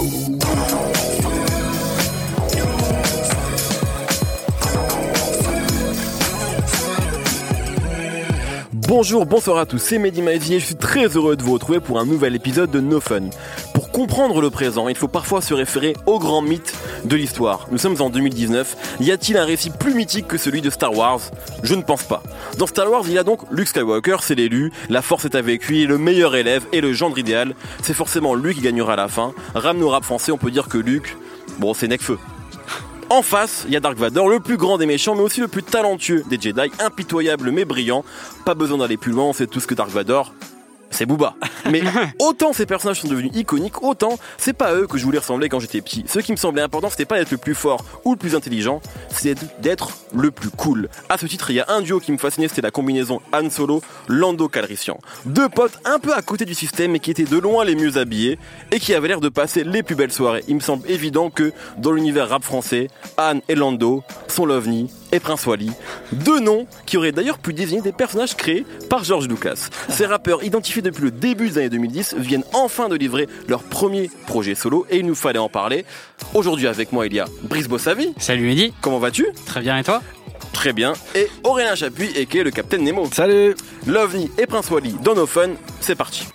Bonjour, bonsoir à tous, c'est Mehdi Maizy et je suis très heureux de vous retrouver pour un nouvel épisode de No Fun. Pour comprendre le présent, il faut parfois se référer aux grands mythes de l'histoire. Nous sommes en 2019, y a-t-il un récit plus mythique que celui de Star Wars ? Je ne pense pas. Dans Star Wars, il y a donc Luke Skywalker, c'est l'élu, la force est avec lui, le meilleur élève et le gendre idéal. C'est forcément lui qui gagnera à la fin. Ramené au rap français, on peut dire que Luke, c'est Necfeu. En face, il y a Dark Vador, le plus grand des méchants, mais aussi le plus talentueux des Jedi, impitoyable mais brillant. Pas besoin d'aller plus loin, on sait tous que Dark Vador, c'est Booba. Mais autant ces personnages sont devenus iconiques, autant c'est pas à eux que je voulais ressembler quand j'étais petit. Ce qui me semblait important, c'était pas d'être le plus fort ou le plus intelligent, c'était d'être le plus cool. À ce titre, il y a un duo qui me fascinait, c'était la combinaison Han Solo, Lando Calrissian. Deux potes un peu à côté du système, mais qui étaient de loin les mieux habillés et qui avaient l'air de passer les plus belles soirées. Il me semble évident que dans l'univers rap français, Han et Lando sont l'OVNI et Prince Wally, deux noms qui auraient d'ailleurs pu désigner des personnages créés par George Lucas. Ces rappeurs identifiés depuis le début des années 2010 viennent enfin de livrer leur premier projet solo et il nous fallait en parler. Aujourd'hui avec moi il y a Brice Bossavi. Salut Mehdi. Comment vas-tu ? Très bien et toi ? Très bien. Et Aurélien Chapuis aka le Capitaine Nemo. Salut. L'OVNI et Prince Wally dans No Fun, c'est parti.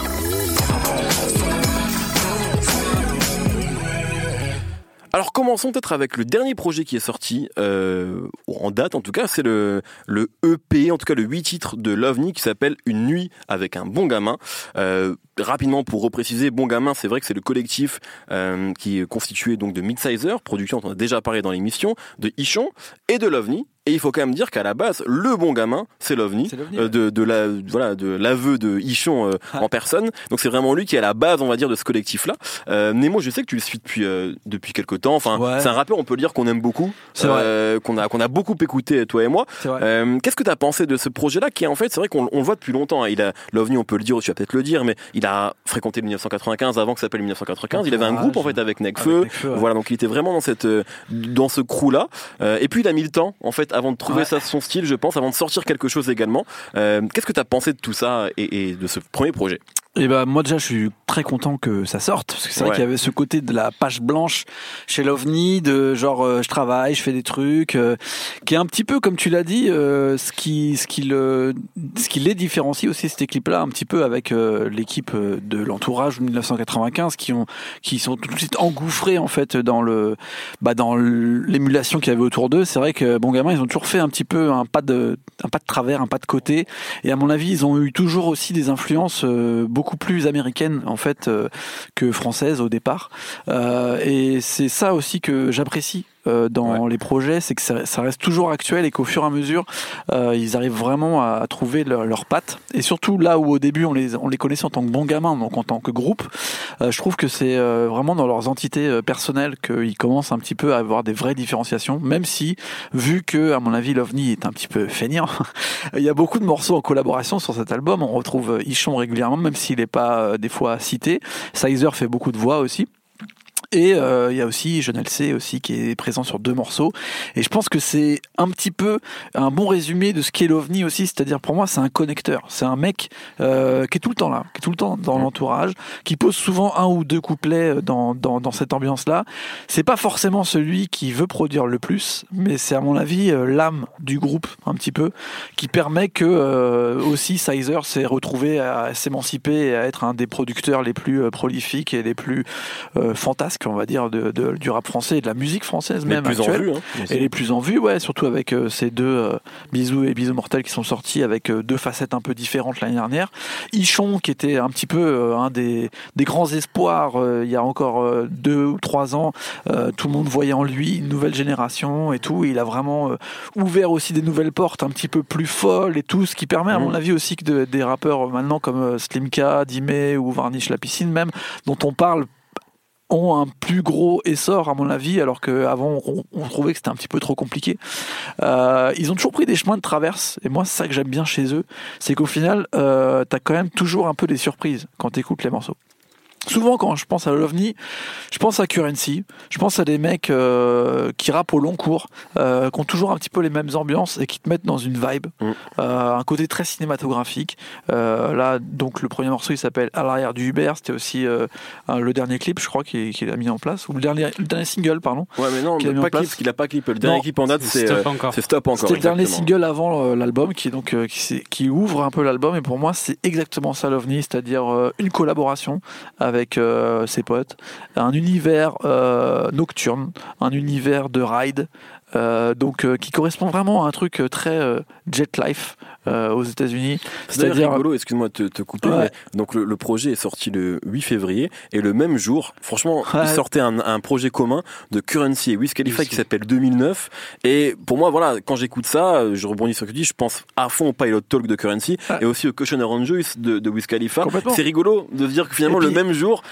Alors commençons peut-être avec le dernier projet qui est sorti, en date en tout cas, c'est le EP, en tout cas le 8 titres de l'OVNI qui s'appelle Une nuit avec un bon gamin. Rapidement pour repréciser, Bon Gamin, c'est vrai que c'est le collectif qui est constitué donc de Midsizer, production dont on a déjà parlé dans l'émission, de Ichon et de l'OVNI. Et il faut quand même dire qu'à la base, le bon gamin, c'est l'OVNI, de l'aveu de Ichon en personne. Donc c'est vraiment lui qui est à la base, on va dire, de ce collectif-là. Nemo, je sais que tu le suis depuis quelque temps. Enfin, ouais. C'est un rappeur, on peut le dire qu'on aime beaucoup, qu'on a beaucoup écouté toi et moi. Qu'est-ce que t'as pensé de ce projet-là, qui est en fait, c'est vrai qu'on le voit depuis longtemps. Hein. L'OVNI, on peut le dire, tu vas peut-être le dire, mais il a fréquenté le 1995 avant que ça s'appelle 1995. Il avait un groupe en fait avec Necfeu. Voilà, donc il était vraiment dans ce crew-là. Et puis il a mis le temps, en fait, avant de trouver son style, je pense, avant de sortir quelque chose également. Qu'est-ce que tu as pensé de tout ça et de ce premier projet ? Et moi déjà je suis très content que ça sorte, parce que c'est vrai qu'il y avait ce côté de la page blanche chez l'OVNI, de genre je travaille, je fais des trucs, qui est un petit peu comme tu l'as dit, ce qui les différencie aussi, ces clips-là, un petit peu avec l'équipe de l'entourage de 1995 qui sont tout de suite engouffrés en fait dans l'émulation qu'il y avait autour d'eux. C'est vrai que Bon Gamin, ils ont toujours fait un petit peu un pas de travers, un pas de côté, et à mon avis ils ont eu toujours aussi des influences beaucoup plus américaines en fait que françaises au départ, et c'est ça aussi que j'apprécie dans les projets, c'est que ça reste toujours actuel et qu'au fur et à mesure ils arrivent vraiment à trouver leur patte, et surtout là où au début on les connaissait en tant que Bon Gamin, donc en tant que groupe, je trouve que c'est vraiment dans leurs entités personnelles qu'ils commencent un petit peu à avoir des vraies différenciations, même si, vu que à mon avis l'OVNI est un petit peu feignant, il y a beaucoup de morceaux en collaboration sur cet album. On retrouve Ichon régulièrement, même s'il n'est pas des fois cité. Sizer fait beaucoup de voix aussi. Et il y a aussi Jeune LC aussi qui est présent sur 2 morceaux, et je pense que c'est un petit peu un bon résumé de ce qu'est l'OVNI aussi, c'est-à-dire pour moi c'est un connecteur, c'est un mec qui est tout le temps là, qui est tout le temps dans l'entourage, qui pose souvent 1 ou 2 couplets dans cette ambiance-là. C'est pas forcément celui qui veut produire le plus, mais c'est à mon avis l'âme du groupe un petit peu, qui permet que aussi Sizer s'est retrouvé à s'émanciper et à être un des producteurs les plus prolifiques et les plus fantasques, on va dire, du rap français et de la musique française même actuelle, et les plus en vue, surtout avec ces 2 Bisous et Bisous Mortels qui sont sortis avec 2 facettes un peu différentes l'année dernière. Ichon qui était un petit peu un des grands espoirs il y a encore 2 ou 3 ans, tout le monde voyait en lui une nouvelle génération et tout, et il a vraiment ouvert aussi des nouvelles portes un petit peu plus folles et tout, ce qui permet à mon avis aussi que des rappeurs maintenant comme Slimka, Dime ou Varnish La Piscine même, dont on parle, ont un plus gros essor à mon avis, alors qu'avant on trouvait que c'était un petit peu trop compliqué. Ils ont toujours pris des chemins de traverse, et moi c'est ça que j'aime bien chez eux, c'est qu'au final t'as quand même toujours un peu des surprises quand t'écoutes les morceaux. souvent quand je pense à l'OVNI, je pense à Currency, je pense à des mecs qui rappent au long cours, qui ont toujours un petit peu les mêmes ambiances et qui te mettent dans une vibe, un côté très cinématographique. Là, donc le premier morceau il s'appelle À l'arrière du Uber, c'était aussi le dernier clip, je crois, qu'il a mis en place, ou le dernier single, pardon. Ouais, mais non, pas clip, parce qu'il a pas clip. Le dernier clip en date, c'est Stop encore. C'était le dernier single avant l'album, qui ouvre un peu l'album, et pour moi, c'est exactement ça l'OVNI, c'est-à-dire une collaboration avec ses potes, un univers nocturne, un univers de ride, qui correspond vraiment à un truc très jet life aux États-Unis. C'est-à-dire rigolo, excuse-moi de te couper, mais donc le projet est sorti le 8 février et le même jour, franchement, ils sortaient un projet commun de Currency et Wiz Khalifa qui s'appelle 2009. Et pour moi, voilà, quand j'écoute ça, je rebondis sur ce que tu dis, je pense à fond au Pilot Talk de Currency et aussi au Caution Around Juice de Wiz Khalifa. C'est rigolo de se dire que finalement le même jour,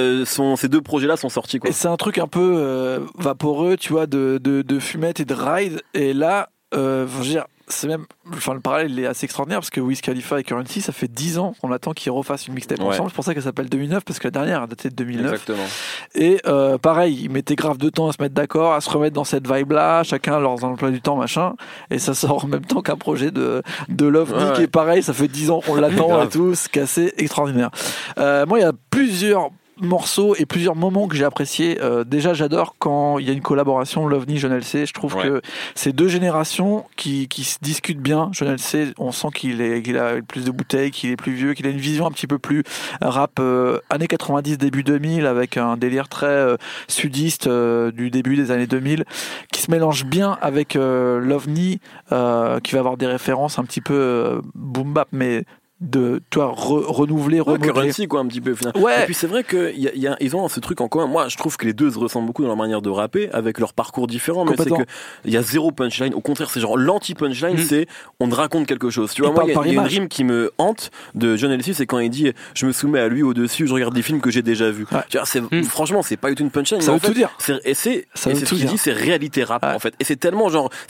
ces deux projets-là sont sortis, quoi. Et c'est un truc un peu vaporeux, tu vois, de fumette et de ride. Et là, je veux dire, c'est même, le parallèle il est assez extraordinaire parce que Wiz Khalifa et Currency, ça fait 10 ans qu'on attend qu'ils refassent une mixtape ensemble. C'est pour ça qu'elle s'appelle 2009, parce que la dernière a daté de 2009. Exactement. Et pareil, ils mettaient grave de temps à se mettre d'accord, à se remettre dans cette vibe là, chacun leurs emplois du temps, machin. Et ça sort en même temps qu'un projet de l'OVNI qui est pareil, ça fait 10 ans qu'on l'attend et tout, c'est assez extraordinaire. Moi, il y a plusieurs morceaux et plusieurs moments que j'ai appréciés. Déjà, j'adore quand il y a une collaboration l'OVNI Jeune LC. Je trouve que c'est deux générations qui se discutent bien. Jeune LC, on sent qu'il a plus de bouteilles, qu'il est plus vieux, qu'il a une vision un petit peu plus rap années 90, début 2000, avec un délire très sudiste du début des années 2000, qui se mélange bien avec l'OVNI, qui va avoir des références un petit peu boom bap, mais de toi renouveler Currency, quoi, un petit peu et puis c'est vrai que ils ont ce truc en commun. Moi je trouve que les deux se ressemblent beaucoup dans leur manière de rapper avec leur parcours différent, mais c'est que il y a zéro punchline, au contraire c'est genre l'anti-punchline, c'est on te raconte quelque chose, tu vois. Moi il y a une rime qui me hante de John L.C., c'est quand il dit je me soumets à lui au-dessus, je regarde des films que j'ai déjà vus. Tu vois, franchement c'est pas du tout une punchline, ça veut tout dire, et c'est ce qu'il dit, c'est réalité rap en fait, et c'est tellement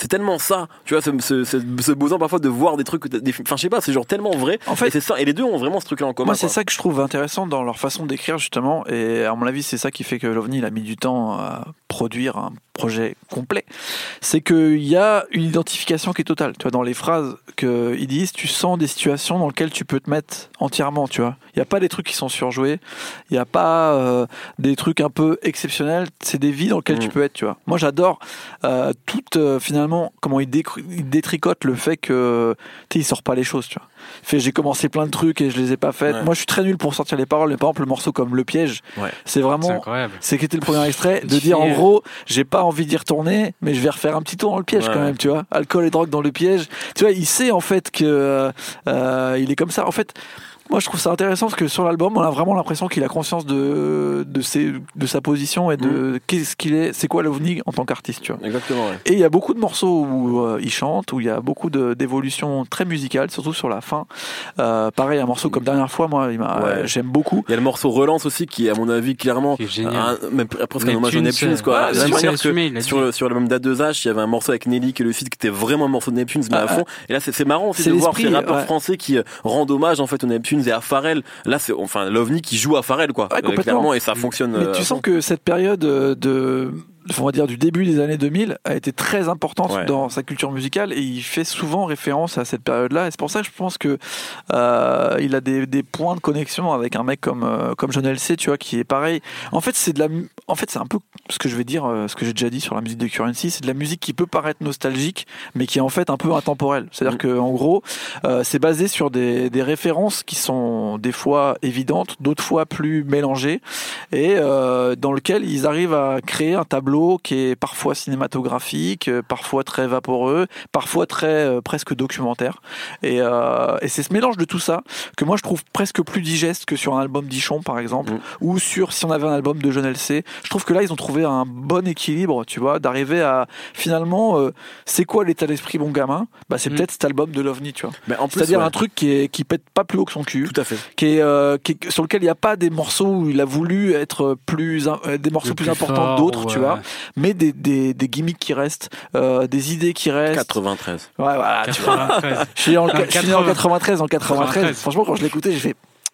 ça, tu vois, ce besoin parfois de voir des trucs, enfin je sais pas, c'est genre tellement vrai. En fait, et c'est ça, et les deux ont vraiment ce truc-là en commun. Moi, c'est ça que je trouve intéressant dans leur façon d'écrire, justement, et à mon avis, c'est ça qui fait que l'OVNI il a mis du temps à produire un projet complet. C'est qu'il y a une identification qui est totale. Tu vois, dans les phrases qu'ils disent, tu sens des situations dans lesquelles tu peux te mettre entièrement, tu vois. Il n'y a pas des trucs qui sont surjoués, il n'y a pas des trucs un peu exceptionnels, c'est des vies dans lesquelles tu peux être, tu vois. Moi, j'adore finalement, comment il détricote le fait que, tu sais, il sort pas les choses, tu vois. J'ai commencé plein de trucs et je les ai pas faites. Moi je suis très nul pour sortir les paroles, mais par exemple le morceau comme Le Piège, c'est vraiment, c'est qui était le premier extrait, de dire en gros j'ai pas envie d'y retourner mais je vais refaire un petit tour dans le piège quand même, tu vois, alcool et drogue dans le piège, tu vois, il sait en fait que il est comme ça en fait. Moi, je trouve ça intéressant parce que sur l'album, on a vraiment l'impression qu'il a conscience de sa position et de qu'est-ce qu'il est, c'est quoi l'OVNI en tant qu'artiste, tu vois. Exactement. Ouais. Et il y a beaucoup de morceaux où il chante, où il y a beaucoup d'évolutions très musicales, surtout sur la fin. Pareil, un morceau comme Dernière fois, moi, j'aime beaucoup. Il y a le morceau Relance aussi, qui est à mon avis clairement même presque un hommage au Neptunes, quoi. Sur l'album d'A2H, il y avait un morceau avec Nelly qui est le feat qui était vraiment un morceau de Neptunes, mais à fond. Et là, c'est marrant aussi de voir ces rappeurs français qui rendent hommage en fait aux Neptunes et à Pharrell. Là, c'est l'OVNI qui joue à Pharrell, quoi. Clairement, et ça fonctionne. Mais tu sens que cette période on va dire du début des années 2000 a été très importante dans sa culture musicale et il fait souvent référence à cette période-là, et c'est pour ça que je pense que il a des points de connexion avec un mec comme John LC, tu vois, qui est pareil. En fait, c'est un peu ce que je vais dire, ce que j'ai déjà dit sur la musique de Currency, c'est de la musique qui peut paraître nostalgique mais qui est en fait un peu intemporelle. C'est-à-dire que en gros, c'est basé sur des références qui sont des fois évidentes, d'autres fois plus mélangées, et dans lequel ils arrivent à créer un tableau qui est parfois cinématographique, parfois très vaporeux, parfois très presque documentaire. Et c'est ce mélange de tout ça que moi je trouve presque plus digeste que sur un album d'Ichon par exemple, ou si on avait un album de Jeune LC. Je trouve que là ils ont trouvé un bon équilibre, tu vois, d'arriver à finalement c'est quoi l'état d'esprit bon gamin, c'est peut-être cet album de l'OVNI, tu vois. C'est-à-dire un truc qui pète pas plus haut que son cul. Tout à fait. Qui est sur lequel il n'y a pas des morceaux où il a voulu être des morceaux plus importants que d'autres, tu vois. Mais des gimmicks qui restent, des idées qui restent. 93. Ouais, voilà, tu vois. Je suis né en 93, Franchement, quand je l'écoutais, j'ai fait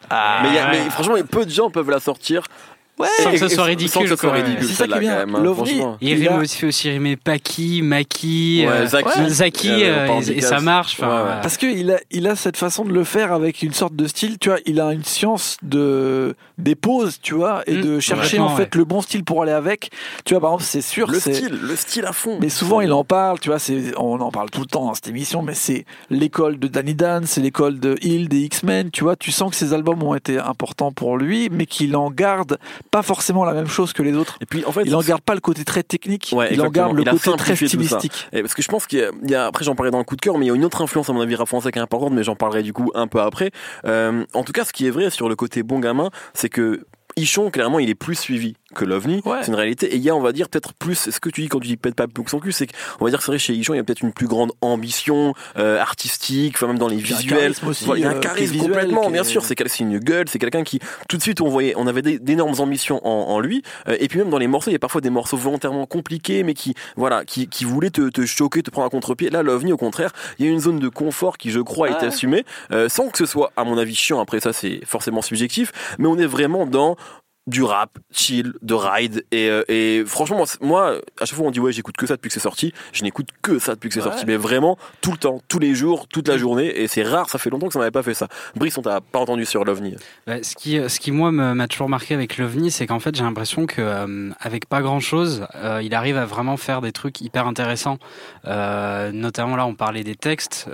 mais franchement, peu de gens peuvent la sortir. Ouais, sans que ce soit ridicule. Sans que ce soit ridicule, c'est ça qui est bien. L'OVNI, il fait aussi rimer Paki, Maki, Zaki, et ça marche. Parce qu'il a cette façon de le faire avec une sorte de style, tu vois, il a une science des pauses, tu vois, et de chercher en fait le bon style pour aller avec. Tu vois, par exemple, c'est sûr. Le style à fond. Mais souvent, il en parle, tu vois, on en parle tout le temps dans cette émission, mais c'est l'école de Danny Dan, c'est l'école de Hill, des X-Men, tu vois, tu sens que ces albums ont été importants pour lui, mais qu'il en garde pas forcément la même chose que les autres. Et puis en fait, il en garde pas le côté très technique, il en garde le côté très stylistique. Et parce que je pense qu'il y a, après j'en parlais dans le coup de cœur, mais il y a une autre influence à mon avis rap français qui est importante, mais j'en parlerai du coup un peu après. En tout cas, ce qui est vrai sur le côté bon gamin, c'est que Ichon, clairement, il est plus suivi que l'OVNI, c'est une réalité. Et il y a, on va dire, peut-être plus, ce que tu dis quand tu dis pète pas plus que son cul, c'est qu'on va dire que c'est vrai, chez Ichon, il y a peut-être une plus grande ambition artistique, enfin même dans les visuels. Il y a un charisme complètement, bien sûr. C'est une gueule, c'est quelqu'un qui, tout de suite, on avait d'énormes ambitions en lui. Et puis même dans les morceaux, il y a parfois des morceaux volontairement compliqués, mais qui voulaient te choquer, te prendre à contre-pied. Là, l'OVNI, au contraire, il y a une zone de confort qui, je crois, est assumée, sans que ce soit, à mon avis, chiant. Après ça, c'est forcément subjectif, mais on est vraiment dans du rap, chill, de ride et franchement moi à chaque fois on dit ouais j'écoute que ça depuis que c'est sorti, je n'écoute que ça depuis que c'est sorti, mais vraiment tout le temps, tous les jours, toute la journée, et c'est rare, ça fait longtemps que ça m'avait pas fait ça. Brice, on t'a pas entendu sur l'OVNI. Ce qui moi m'a toujours marqué avec l'OVNI, c'est qu'en fait j'ai l'impression que avec pas grand chose il arrive à vraiment faire des trucs hyper intéressants, notamment là on parlait des textes,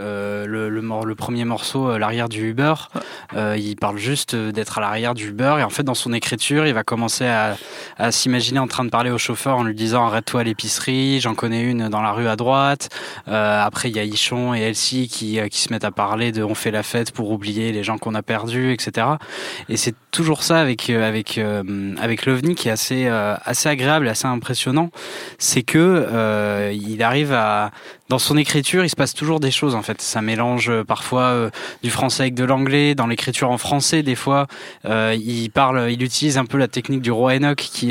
le premier morceau, l'arrière du Uber, il parle juste d'être à l'arrière du Uber, et en fait dans son écriture il va commencer à s'imaginer en train de parler au chauffeur en lui disant arrête-toi à l'épicerie, j'en connais une dans la rue à droite. Après il y a Ichon et Elsie qui se mettent à parler de on fait la fête pour oublier les gens qu'on a perdus, etc. Et c'est toujours ça avec l'OVNI qui est assez agréable, assez impressionnant, c'est que il arrive à, dans son écriture, il se passe toujours des choses en fait. Ça mélange parfois du français avec de l'anglais. Dans l'écriture en français, des fois, il utilise un peu la technique du roi Enoch, qui est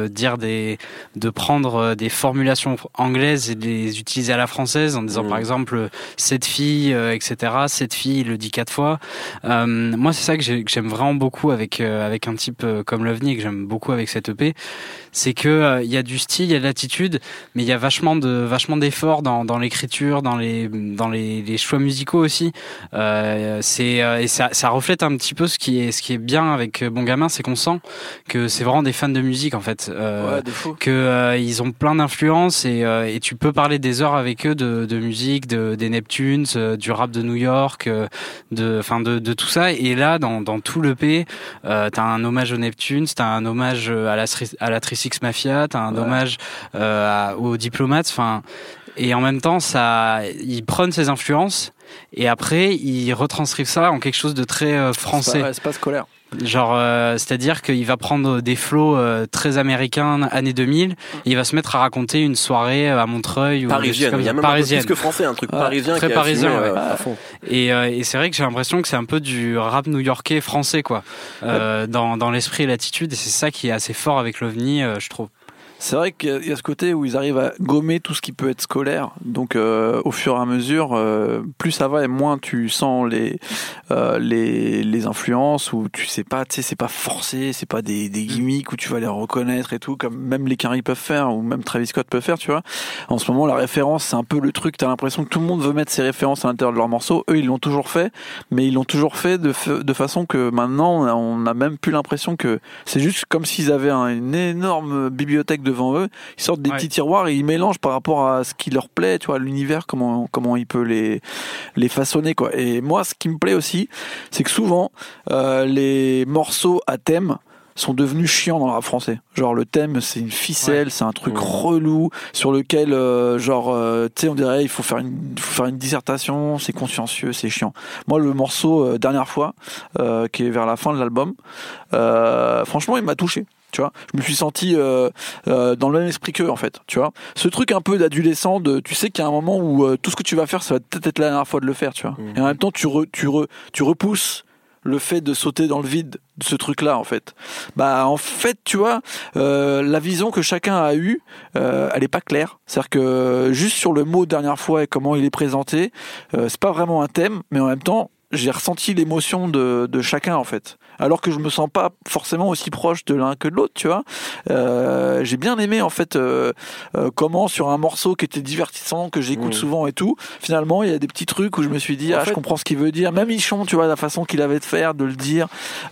de prendre des formulations anglaises et de les utiliser à la française, en disant par exemple cette fille, etc. Cette fille, il le dit 4 fois. Moi, c'est ça que j'aime vraiment beaucoup avec un type comme l'OVNI, et que j'aime beaucoup avec cette EP, c'est que il y a du style, il y a de l'attitude, mais il y a vachement d'efforts dans l'écriture, dans les choix musicaux aussi. Et ça reflète un petit peu ce qui est bien avec Bon Gamin, c'est qu'on sent que c'est vraiment des fans de musique en fait, que ils ont plein d'influences, et tu peux parler des heures avec eux de musique, des Neptunes, du rap de New York, de tout ça. Et là dans tout l'EP, t'as un hommage aux Neptunes, t'as un hommage à la Trisix Mafia, t'as un hommage aux Diplomates, enfin. Et en même temps, ils prennent ces influences et après ils retranscrivent ça en quelque chose de très français. C'est pas scolaire. Genre, c'est-à-dire qu'il va prendre des flows très américains années 2000, et il va se mettre à raconter une soirée à Montreuil, parisienne. Il y a même parisienne. Un peu plus que français, un truc parisien, très parisien, à fond. Et c'est vrai que j'ai l'impression que c'est un peu du rap new-yorkais français, quoi, dans l'esprit et l'attitude, et c'est ça qui est assez fort avec l'OVNI, je trouve. C'est vrai qu'il y a ce côté où ils arrivent à gommer tout ce qui peut être scolaire. Donc, au fur et à mesure, plus ça va et moins tu sens les influences, où tu sais, c'est pas forcé, c'est pas des gimmicks où tu vas les reconnaître et tout, comme même les Quinry peuvent faire, ou même Travis Scott peut faire, tu vois. En ce moment, la référence, c'est un peu le truc, t'as l'impression que tout le monde veut mettre ses références à l'intérieur de leurs morceaux. Eux, ils l'ont toujours fait, mais ils l'ont toujours fait de façon que maintenant, on a même plus l'impression que c'est juste comme s'ils avaient une énorme bibliothèque devant eux, ils sortent des petits tiroirs et ils mélangent par rapport à ce qui leur plaît, tu vois, l'univers, comment il peut les façonner, quoi. Et moi, ce qui me plaît aussi, c'est que souvent les morceaux à thème sont devenus chiants dans le rap français. Genre le thème, c'est une ficelle, c'est un truc relou sur lequel tu sais, on dirait il faut faire une dissertation, c'est consciencieux, c'est chiant. Moi, le morceau Dernière fois, qui est vers la fin de l'album, franchement, il m'a touché. Tu vois, je me suis senti dans le même esprit qu'eux, en fait. Tu vois, ce truc un peu d'adolescent, tu sais qu'il y a un moment où tout ce que tu vas faire, ça va peut-être être la dernière fois de le faire, tu vois. Et en même temps, tu repousses le fait de sauter dans le vide de ce truc-là, en fait. Bah, en fait, tu vois, la vision que chacun a eue, elle est pas claire. C'est-à-dire que juste sur le mot dernière fois et comment il est présenté, c'est pas vraiment un thème, mais en même temps, j'ai ressenti l'émotion de chacun, en fait. alors que je me sens pas forcément aussi proche de l'un que de l'autre, tu vois. J'ai bien aimé en fait comment sur un morceau qui était divertissant, que j'écoute souvent et tout, finalement il y a des petits trucs où je me suis dit je comprends ce qu'il veut dire, même Ichon, tu vois, la façon qu'il avait de faire, de le dire.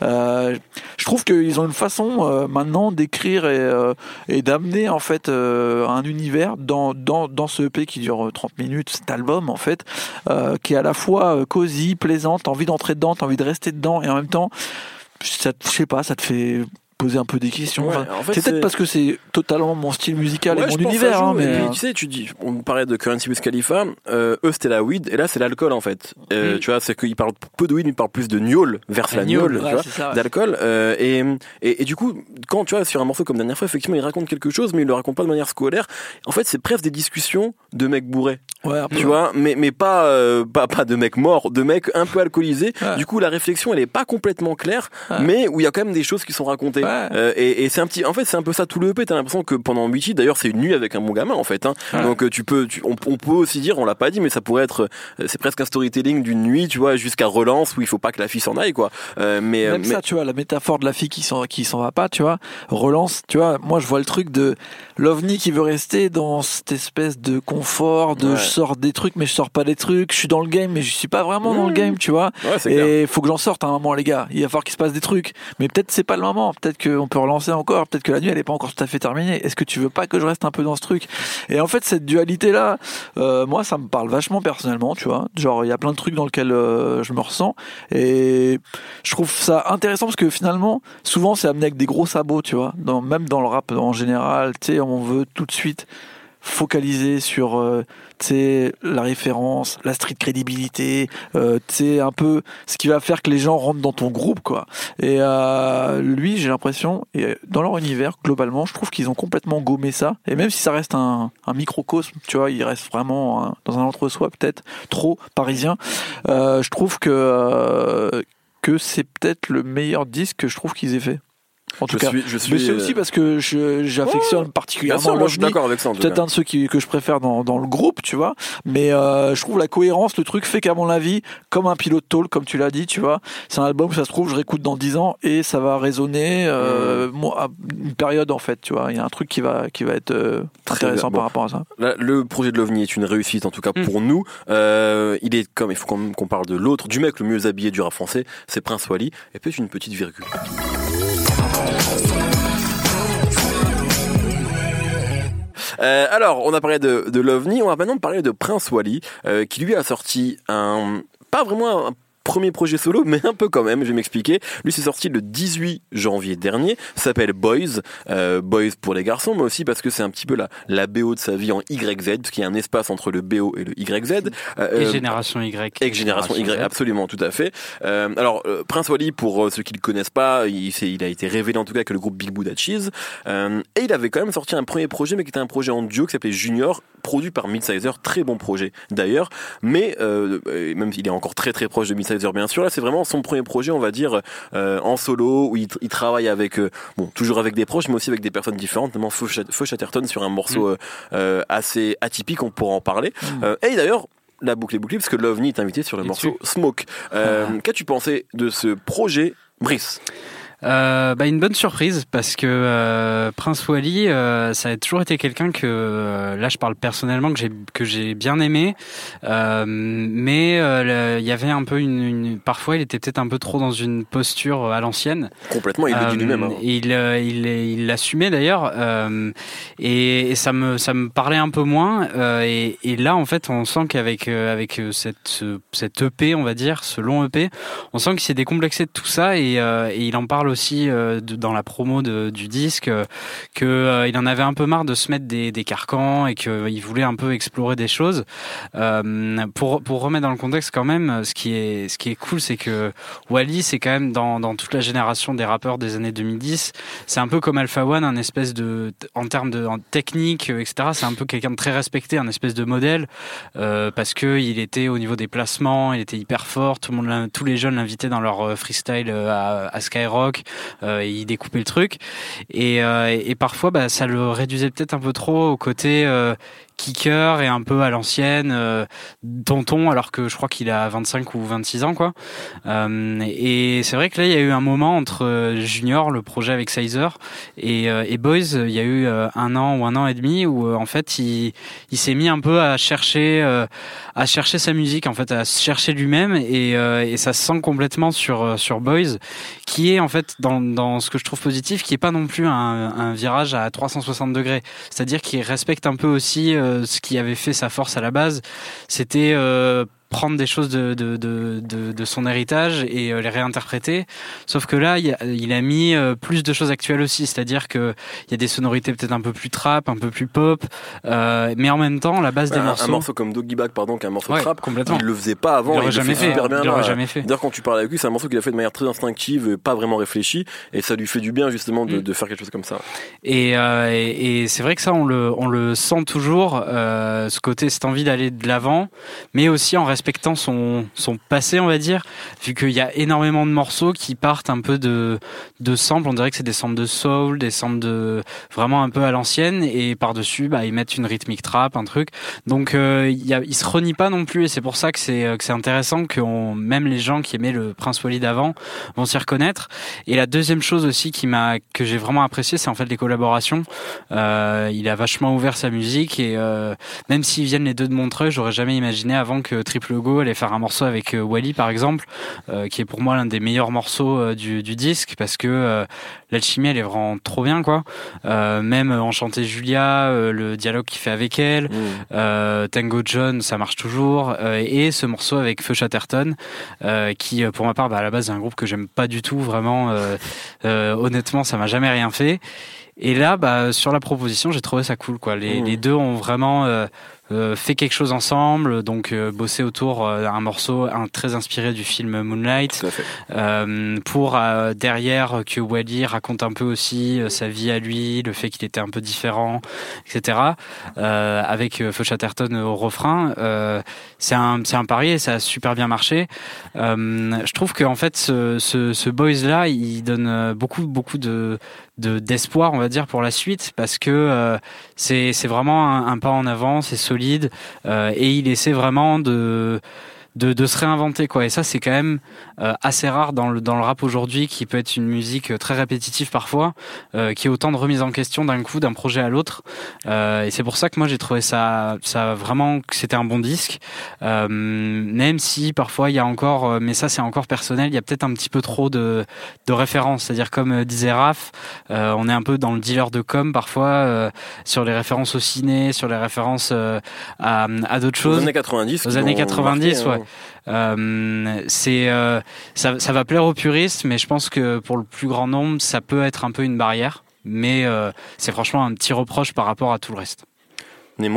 Je trouve qu'ils ont une façon maintenant d'écrire et d'amener en fait un univers dans ce EP qui dure 30 minutes, cet album en fait, qui est à la fois cosy, plaisante, t'as envie d'entrer dedans, t'as envie de rester dedans, et en même temps je sais pas, ça te fait poser un peu des questions. Ouais, enfin, en fait, c'est peut-être parce que c'est totalement mon style musical et mon je pense univers. que ça joue, mais et puis, tu sais, tu dis, on parlait de Currency with Khalifa, eux c'était la weed, et là c'est l'alcool en fait. Tu vois, c'est qu'ils parlent peu de weed, ils parlent plus de gnôle, vers la gnôle, tu vois, d'alcool. Et du coup, quand tu vois, sur un morceau comme Dernière fois, effectivement, il raconte quelque chose, mais il le raconte pas de manière scolaire. En fait, c'est presque des discussions de mecs bourrés. Ouais, tu vois, mais pas de mecs morts, de mecs un peu alcoolisés. Ouais. Du coup, la réflexion, elle est pas complètement claire, mais où il y a quand même des choses qui sont racontées. Ouais. Et c'est en fait, c'est un peu ça tout le EP. T'as l'impression que pendant Witchy, d'ailleurs, c'est une nuit avec un bon gamin, en fait. Hein. Ouais. Donc, on peut aussi dire, on l'a pas dit, mais ça pourrait être, c'est presque un storytelling d'une nuit, tu vois, jusqu'à Relance où il faut pas que la fille s'en aille, quoi. Même ça, tu vois, la métaphore de la fille qui s'en va pas, tu vois. Relance, tu vois, moi, je vois le truc de l'OVNI qui veut rester dans cette espèce de confort, de je sors des trucs, mais je sors pas des trucs, je suis dans le game, mais je suis pas vraiment dans le game, tu vois. Ouais, et faut que j'en sorte à un moment, les gars. Il va falloir qu'il se passe des trucs. Mais peut-être c'est pas le moment. Peut-être qu'on peut relancer encore. Peut-être que la nuit, elle est pas encore tout à fait terminée. Est-ce que tu veux pas que je reste un peu dans ce truc? Et en fait, cette dualité-là, moi, ça me parle vachement personnellement, tu vois. Genre, il y a plein de trucs dans lesquels je me ressens. Et je trouve ça intéressant parce que finalement, souvent, c'est amené avec des gros sabots, tu vois. Même dans le rap en général, tu sais, on veut tout de suite focaliser sur la référence, la street crédibilité, un peu ce qui va faire que les gens rentrent dans ton groupe, quoi. Et lui, j'ai l'impression, et dans leur univers globalement, je trouve qu'ils ont complètement gommé ça. Et même si ça reste un microcosme, tu vois, il reste vraiment dans un entre-soi peut-être trop parisien. Je trouve que c'est peut-être le meilleur disque que je trouve qu'ils aient fait. En tout cas, mais c'est aussi parce que j'affectionne particulièrement. Bien sûr, moi je suis d'accord avec ça. Peut-être un de ceux que je préfère dans le groupe, tu vois. Mais je trouve la cohérence, le truc fait qu'à mon avis, comme un pilote tôle, comme tu l'as dit, tu vois, c'est un album, ça se trouve, je réécoute dans 10 ans et ça va résonner à une période en fait, tu vois. Il y a un truc qui va être intéressant par rapport à ça. Là, le projet de l'OVNI est une réussite, en tout cas pour nous. Il faut quand même qu'on parle de l'autre, du mec le mieux habillé du rap français, c'est Prince Wally. Et peut-être une petite virgule. Alors, on a parlé de l'OVNI, on va maintenant parler de Prince Wally, qui lui a sorti pas vraiment un premier projet solo, mais un peu quand même, je vais m'expliquer. Lui, c'est sorti le 18 janvier dernier, ça s'appelle Boys, Boys pour les garçons, mais aussi parce que c'est un petit peu la BO de sa vie en YZ, parce qu'il y a un espace entre le BO et le YZ. Et Génération Y. Et Génération Y, absolument, tout à fait. Alors, Prince Wally, pour ceux qui le connaissent pas, il a été révélé en tout cas que le groupe Big Buddha Cheese, et il avait quand même sorti un premier projet, mais qui était un projet en duo qui s'appelait Junior, produit par Midsizer, très bon projet d'ailleurs, mais même s'il est encore très très proche de Midsizer, bien sûr, là c'est vraiment son premier projet, on va dire, en solo, où il travaille avec, toujours avec des proches, mais aussi avec des personnes différentes, notamment Feu Chatterton sur un morceau assez atypique, on pourra en parler. Et d'ailleurs, la boucle est bouclée, parce que l'OVNI est invité sur le morceau Smoke. Qu'as-tu pensé de ce projet, Brice ? Une bonne surprise parce que Prince Wally, ça a toujours été quelqu'un que là je parle personnellement que j'ai bien aimé, mais il y avait un peu parfois il était peut-être un peu trop dans une posture à l'ancienne. Complètement, il le dit lui-même. Hein. Il l'assumait d'ailleurs, et ça me parlait un peu moins. Et là en fait on sent qu'avec cette EP, on va dire, ce long EP, on sent qu'il s'est décomplexé de tout ça et il en parle aussi dans la promo du disque que il en avait un peu marre de se mettre des carcans et qu'il voulait un peu explorer des choses. Pour remettre dans le contexte quand même, ce qui est cool, c'est que Wally, c'est quand même dans toute la génération des rappeurs des années 2010, c'est un peu comme Alpha One, un espèce en termes de technique, etc. C'est un peu quelqu'un de très respecté, un espèce de modèle, parce que il était au niveau des placements, il était hyper fort. Tous les jeunes l'invitaient dans leur freestyle à Skyrock. Il découpait le truc et parfois ça le réduisait peut-être un peu trop au côté kicker et un peu à l'ancienne, tonton, alors que je crois qu'il a 25 ou 26 ans, quoi. Et c'est vrai que là, il y a eu un moment entre Junior, le projet avec Sizer, et Boys. Il y a eu 1 an ou 1 an et demi où en fait il s'est mis un peu à chercher sa musique, en fait, à se chercher lui-même, et ça se sent complètement sur Boys, qui est en fait dans ce que je trouve positif, qui est pas non plus un virage à 360 degrés, c'est-à-dire qu'il respecte un peu aussi ce qui avait fait sa force à la base, c'était prendre des choses de son héritage et les réinterpréter. Sauf que là, il a mis plus de choses actuelles aussi, c'est-à-dire que il y a des sonorités peut-être un peu plus trap, un peu plus pop, mais en même temps, la base des morceaux. Un morceau comme Doggy Bag, pardon, qui est un morceau de trap, complètement. Il le faisait pas avant. Il l'aurait jamais fait. Super bien. Il l'aurait jamais fait. D'ailleurs, quand tu parles avec lui, c'est un morceau qu'il a fait de manière très instinctive, pas vraiment réfléchie, et ça lui fait du bien justement de faire quelque chose comme ça. Et c'est vrai que ça, on le sent toujours, ce côté, cette envie d'aller de l'avant, mais aussi en respectant son passé, on va dire, vu qu'il y a énormément de morceaux qui partent un peu de samples, on dirait que c'est des samples de soul, des samples de vraiment un peu à l'ancienne, et par-dessus, ils mettent une rythmique trap, un truc. Donc il se renie pas non plus, et c'est pour ça que c'est intéressant que même les gens qui aimaient le Prince Wally d'avant vont s'y reconnaître. Et la deuxième chose aussi que j'ai vraiment apprécié, c'est en fait les collaborations. Il a vachement ouvert sa musique, et même s'ils viennent les deux de Montreuil, j'aurais jamais imaginé avant que Triple Go allait faire un morceau avec Wally, par exemple, qui est pour moi l'un des meilleurs morceaux du disque, parce que l'alchimie, elle est vraiment trop bien, quoi. Même Enchanté Julia, le dialogue qu'il fait avec elle, Tango John, ça marche toujours, et ce morceau avec Feu Chatterton, qui pour ma part, à la base, c'est un groupe que j'aime pas du tout, vraiment. Honnêtement, ça m'a jamais rien fait. Et là, sur la proposition, j'ai trouvé ça cool, quoi. Les deux ont vraiment fait quelque chose ensemble, donc bossé autour d'un morceau très inspiré du film Moonlight, pour derrière que Wally raconte un peu aussi sa vie à lui, le fait qu'il était un peu différent, etc. Avec Feu Chatterton au refrain, c'est un pari, et ça a super bien marché. Je trouve que en fait ce Boys là, il donne beaucoup d'espoir, on va dire, pour la suite, parce que c'est vraiment un pas en avant, c'est solide, et il essaie vraiment de se réinventer, quoi. Et ça, c'est quand même assez rare dans le rap aujourd'hui, qui peut être une musique très répétitive parfois, qui est autant de remise en question d'un coup, d'un projet à l'autre. Et c'est pour ça que moi j'ai trouvé ça vraiment, que c'était un bon disque, même si parfois il y a encore, mais ça c'est encore personnel, il y a peut-être un petit peu trop de références, c'est-à-dire comme disait Raph, on est un peu dans le dealer de com parfois, sur les références au ciné, sur les références à d'autres choses. Aux années 90. Aux années 90, marqué, ouais. Ça va plaire aux puristes, mais je pense que pour le plus grand nombre, ça peut être un peu une barrière. Mais c'est franchement un petit reproche par rapport à tout le reste. Nemo ?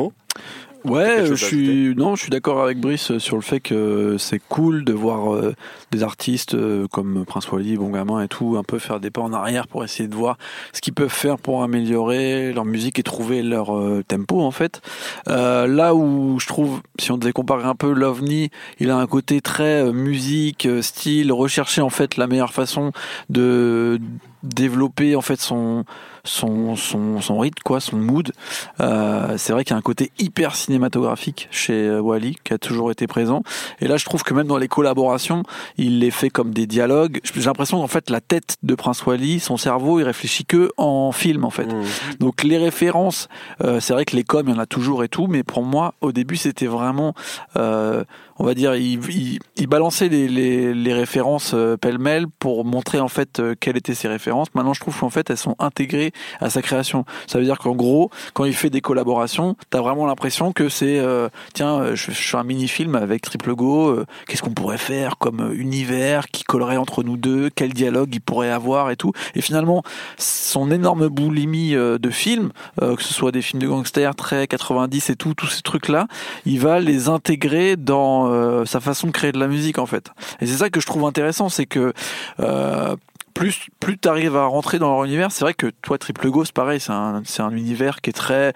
Ouais, je suis d'accord avec Brice sur le fait que c'est cool de voir des artistes comme Prince Wally, Bon Gamin et tout, un peu faire des pas en arrière pour essayer de voir ce qu'ils peuvent faire pour améliorer leur musique et trouver leur tempo, en fait. Là où je trouve, si on devait comparer un peu, l'OVNI, il a un côté très musique, style, rechercher en fait la meilleure façon de développer en fait son rythme, quoi, son mood. C'est vrai qu'il y a un côté hyper cinématographique chez Wally qui a toujours été présent, et là je trouve que même dans les collaborations il les fait comme des dialogues. J'ai l'impression qu'en fait la tête de Prince Wally, son cerveau, il réfléchit que en film, en fait. Donc les références, c'est vrai que les coms il y en a toujours et tout, mais pour moi au début c'était vraiment on va dire, il balançait les références pêle-mêle pour montrer en fait quelles étaient ses références. Maintenant, je trouve qu'en fait, elles sont intégrées à sa création. Ça veut dire qu'en gros, quand il fait des collaborations, t'as vraiment l'impression que c'est tiens, je fais un mini-film avec Triple Go, qu'est-ce qu'on pourrait faire comme univers qui collerait entre nous deux, quel dialogue il pourrait avoir et tout. Et finalement, son énorme boulimie de films, que ce soit des films de gangsters, très 90 et tout, tous ces trucs-là, il va les intégrer dans sa façon de créer de la musique, en fait. Et c'est ça que je trouve intéressant, c'est que plus tu arrives à rentrer dans leur univers. C'est vrai que toi, Triple Ghost, pareil, c'est un univers qui est très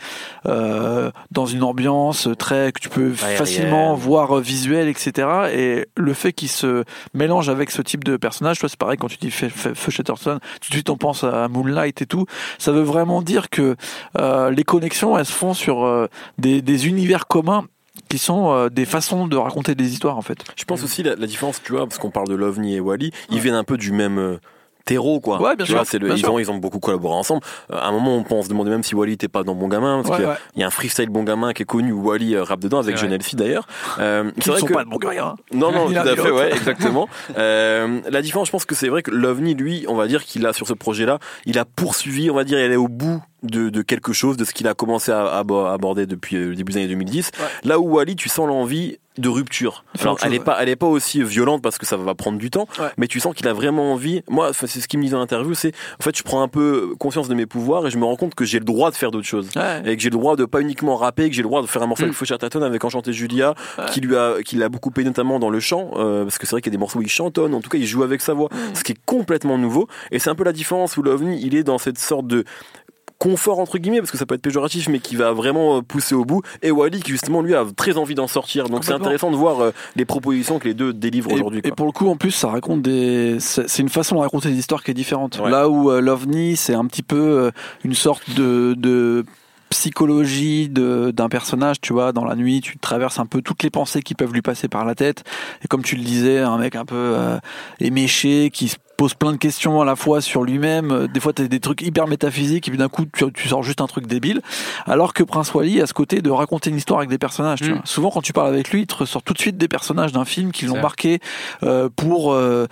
dans une ambiance très que tu peux facilement voir visuel, etc. Et le fait qu'il se mélange avec ce type de personnage, toi, c'est pareil quand tu dis Feu Chatterton, tout de suite on pense à Moonlight et tout. Ça veut vraiment dire que les connexions, elles se font sur des univers communs qui sont des façons de raconter des histoires en fait. Je pense aussi la différence, tu vois, parce qu'on parle de Lovni et Wally, ils viennent un peu du même terreau, quoi. Ouais, bien sûr. Ils ont beaucoup collaboré ensemble. À un moment, on se demandait même si Wally était pas dans Bon Gamin, parce qu'il y a un freestyle Bon Gamin qui est connu où Wally rappe dedans avec Jeune Elfie d'ailleurs. Qui ne sont pas de Bon Gamin. Non, tout à fait, ouais, exactement. La différence, je pense que c'est vrai que Lovni, lui, on va dire qu'il a sur ce projet-là, il a poursuivi, on va dire, il est au bout de quelque chose, de ce qu'il a commencé à aborder depuis le début des années 2010. Ouais. Là où Wally, tu sens l'envie de rupture. Alors, elle est pas aussi violente parce que ça va prendre du temps, mais tu sens qu'il a vraiment envie. Moi, c'est ce qu'il me dit dans l'interview, c'est en fait, je prends un peu conscience de mes pouvoirs et je me rends compte que j'ai le droit de faire d'autres choses. Et que j'ai le droit de pas uniquement rapper, que j'ai le droit de faire un morceau avec Feu Chatterton avec Enchanté Julia, qui l'a beaucoup aidé notamment dans le chant, parce que c'est vrai qu'il y a des morceaux où il chantonne, en tout cas, il joue avec sa voix, ce qui est complètement nouveau. Et c'est un peu la différence où l'OVNI, il est dans cette sorte de confort entre guillemets, parce que ça peut être péjoratif, mais qui va vraiment pousser au bout, et Wally qui justement lui a très envie d'en sortir. Donc c'est intéressant de voir les propositions que les deux délivrent aujourd'hui, quoi. Et pour le coup en plus ça raconte c'est une façon de raconter des histoires qui est différente. Là où l'OVNI c'est un petit peu une sorte de psychologie d'un personnage, tu vois, dans la nuit tu traverses un peu toutes les pensées qui peuvent lui passer par la tête, et comme tu le disais, un mec un peu éméché qui pose plein de questions à la fois sur lui-même. Des fois, t'as des trucs hyper métaphysiques et puis d'un coup, tu sors juste un truc débile. Alors que Prince Wally a ce côté de raconter une histoire avec des personnages. Tu vois. Souvent, quand tu parles avec lui, il te ressort tout de suite des personnages d'un film qui l'ont marqué pour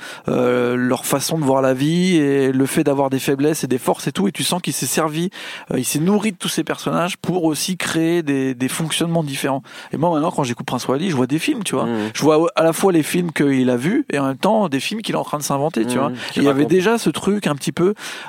leur façon de voir la vie et le fait d'avoir des faiblesses et des forces et tout. Et tu sens qu'il s'est servi, il s'est nourri de tous ces personnages pour aussi créer des fonctionnements différents. Et moi, maintenant, quand j'écoute Prince Wally, je vois des films, tu vois. Je vois à la fois les films qu'il a vus et en même temps des films qu'il est en train de s'inventer, tu vois. Il y avait déjà ce truc un petit peu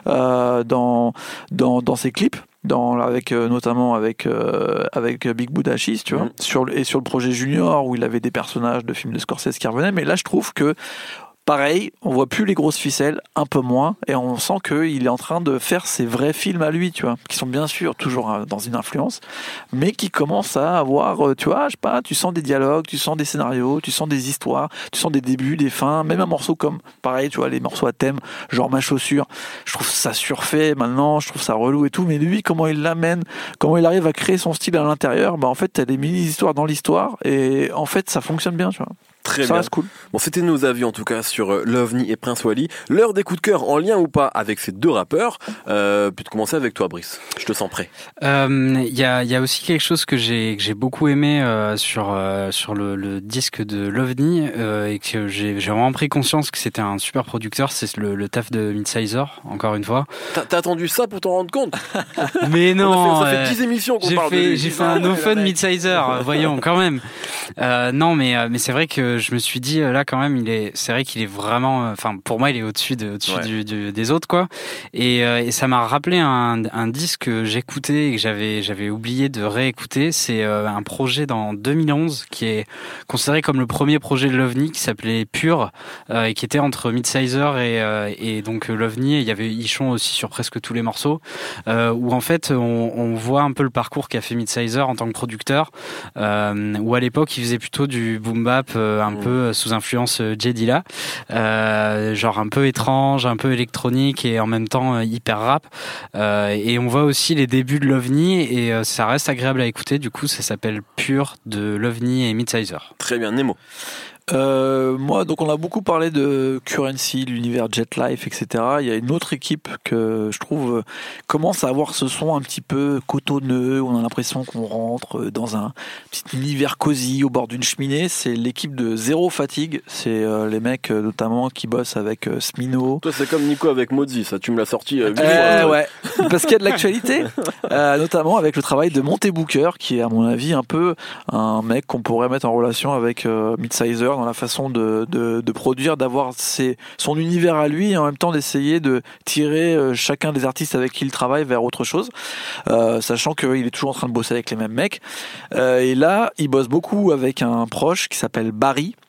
dans ses clips, notamment avec Big Buddha Cheese, tu vois, sur le projet Junior où il avait des personnages de films de Scorsese qui revenaient. Mais là, je trouve que pareil, on voit plus les grosses ficelles, un peu moins, et on sent qu'il est en train de faire ses vrais films à lui, tu vois, qui sont bien sûr toujours dans une influence, mais qui commencent à avoir, tu vois, je sais pas, tu sens des dialogues, tu sens des scénarios, tu sens des histoires, tu sens des débuts, des fins, même un morceau comme, pareil, tu vois, les morceaux à thème, genre Ma Chaussure, je trouve ça surfait maintenant, je trouve ça relou et tout, mais lui, comment il l'amène, comment il arrive à créer son style à l'intérieur, bah en fait, t'as des mini-histoires dans l'histoire, et en fait, ça fonctionne bien, tu vois. Très ça bien. reste cool. Bon, c'était nos avis en tout cas sur l'OVNI et Prince Wally. L'heure des coups de cœur en lien ou pas avec ces deux rappeurs. Puis de commencer avec toi, Brice. Je te sens prêt. Il y a aussi quelque chose que j'ai beaucoup aimé sur le disque de l'OVNI et que j'ai vraiment pris conscience que c'était un super producteur. C'est le taf de Midsizer, encore une fois. T'as attendu ça pour t'en rendre compte? Mais non. Ça fait 10 émissions qu'on parle de lui. J'ai fait un no fun Midsizer, voyons quand même. Non, mais c'est vrai que je me suis dit là quand même c'est vrai qu'il est vraiment, enfin pour moi il est au-dessus des autres, quoi. Et ça m'a rappelé un disque que j'écoutais et que j'avais oublié de réécouter. C'est un projet dans 2011 qui est considéré comme le premier projet de l'OVNI, qui s'appelait Pure, et qui était entre Midsizer et donc l'OVNI. Il chante aussi sur presque tous les morceaux, où en fait on voit un peu le parcours qu'a fait Midsizer en tant que producteur, où à l'époque il faisait plutôt du boom bap un peu sous influence J Dilla, genre un peu étrange, un peu électronique et en même temps hyper rap, et on voit aussi les débuts de l'OVNI et ça reste agréable à écouter. Du coup ça s'appelle Pure de l'OVNI et Midsizer. Très bien. Nemo. Moi, donc on a beaucoup parlé de Currency, l'univers Jet Life, etc. Il y a une autre équipe que je trouve commence à avoir ce son un petit peu cotonneux, où on a l'impression qu'on rentre dans un petit univers cosy au bord d'une cheminée. C'est l'équipe de Zéro Fatigue. C'est les mecs notamment qui bossent avec Smino. Toi, c'est comme Nico avec Mozzi, ça. Tu me l'as sorti 8 fois. Ouais, parce qu'il y a de l'actualité, notamment avec le travail de Monte Booker, qui est à mon avis un peu un mec qu'on pourrait mettre en relation avec Midsizer, dans la façon de produire, d'avoir son univers à lui et en même temps d'essayer de tirer chacun des artistes avec qui il travaille vers autre chose, sachant qu'il est toujours en train de bosser avec les mêmes mecs. Et là, il bosse beaucoup avec un proche qui s'appelle Barry,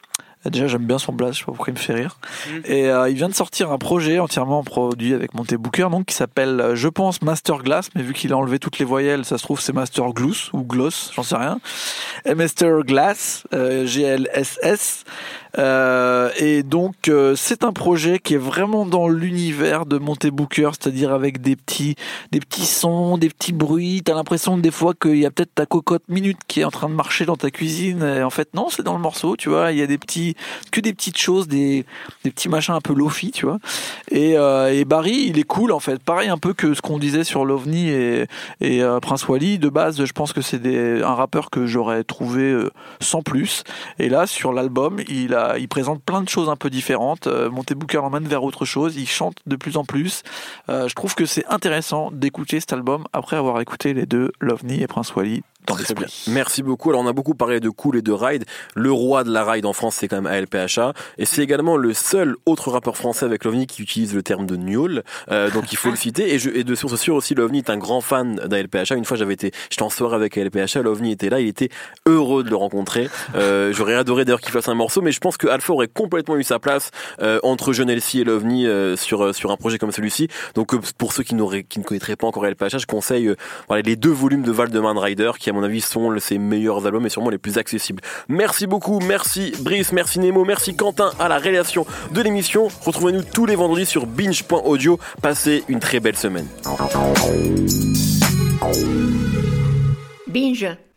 Déjà, j'aime bien son blaze, je sais pas pourquoi il me fait rire. Et il vient de sortir un projet entièrement produit avec Monte Booker, donc qui s'appelle, je pense, Master Glass, mais vu qu'il a enlevé toutes les voyelles, ça se trouve c'est Master Gloss ou Gloss, j'en sais rien. Master Glass, GLSS. Et donc c'est un projet qui est vraiment dans l'univers de Monte Booker, c'est-à-dire avec des petits sons, des petits bruits. T'as l'impression des fois qu'il y a peut-être ta cocotte minute qui est en train de marcher dans ta cuisine. Et en fait non, c'est dans le morceau, tu vois. Il y a des petites choses, des petits machins un peu lofi, tu vois. Et Barry, il est cool en fait. Pareil un peu que ce qu'on disait sur l'OVNI et Prince Wally. De base, je pense que c'est un rappeur que j'aurais trouvé sans plus. Et là, sur l'album, il présente plein de choses un peu différentes. Monte Booker l'emmène vers autre chose. Il chante de plus en plus. Je trouve que c'est intéressant d'écouter cet album après avoir écouté les deux, l'OVNI et Prince Wally. Très bien. Merci beaucoup. Alors on a beaucoup parlé de Kool et de Ride. Le roi de la Ride en France, c'est quand même ALPHA, et c'est également le seul autre rappeur français avec l'OVNI qui utilise le terme de gnôle. Donc il faut le citer. Et de source sûre aussi, l'OVNI est un grand fan d'ALPHA. Une fois j'étais en soirée avec ALPHA, l'OVNI était là, il était heureux de le rencontrer. J'aurais adoré d'ailleurs qu'il fasse un morceau, mais je pense que Alpha aurait complètement eu sa place entre Jeune Elsie et l'OVNI sur un projet comme celui-ci. Donc pour ceux qui ne connaîtraient pas encore ALPHA, je conseille les 2 volumes de Waldemar Rider qui à mon avis sont ses meilleurs albums et sûrement les plus accessibles. Merci beaucoup, merci Brice, merci Nemo, merci Quentin à la réalisation de l'émission. Retrouvez-nous tous les vendredis sur binge.audio. Passez une très belle semaine. Binge.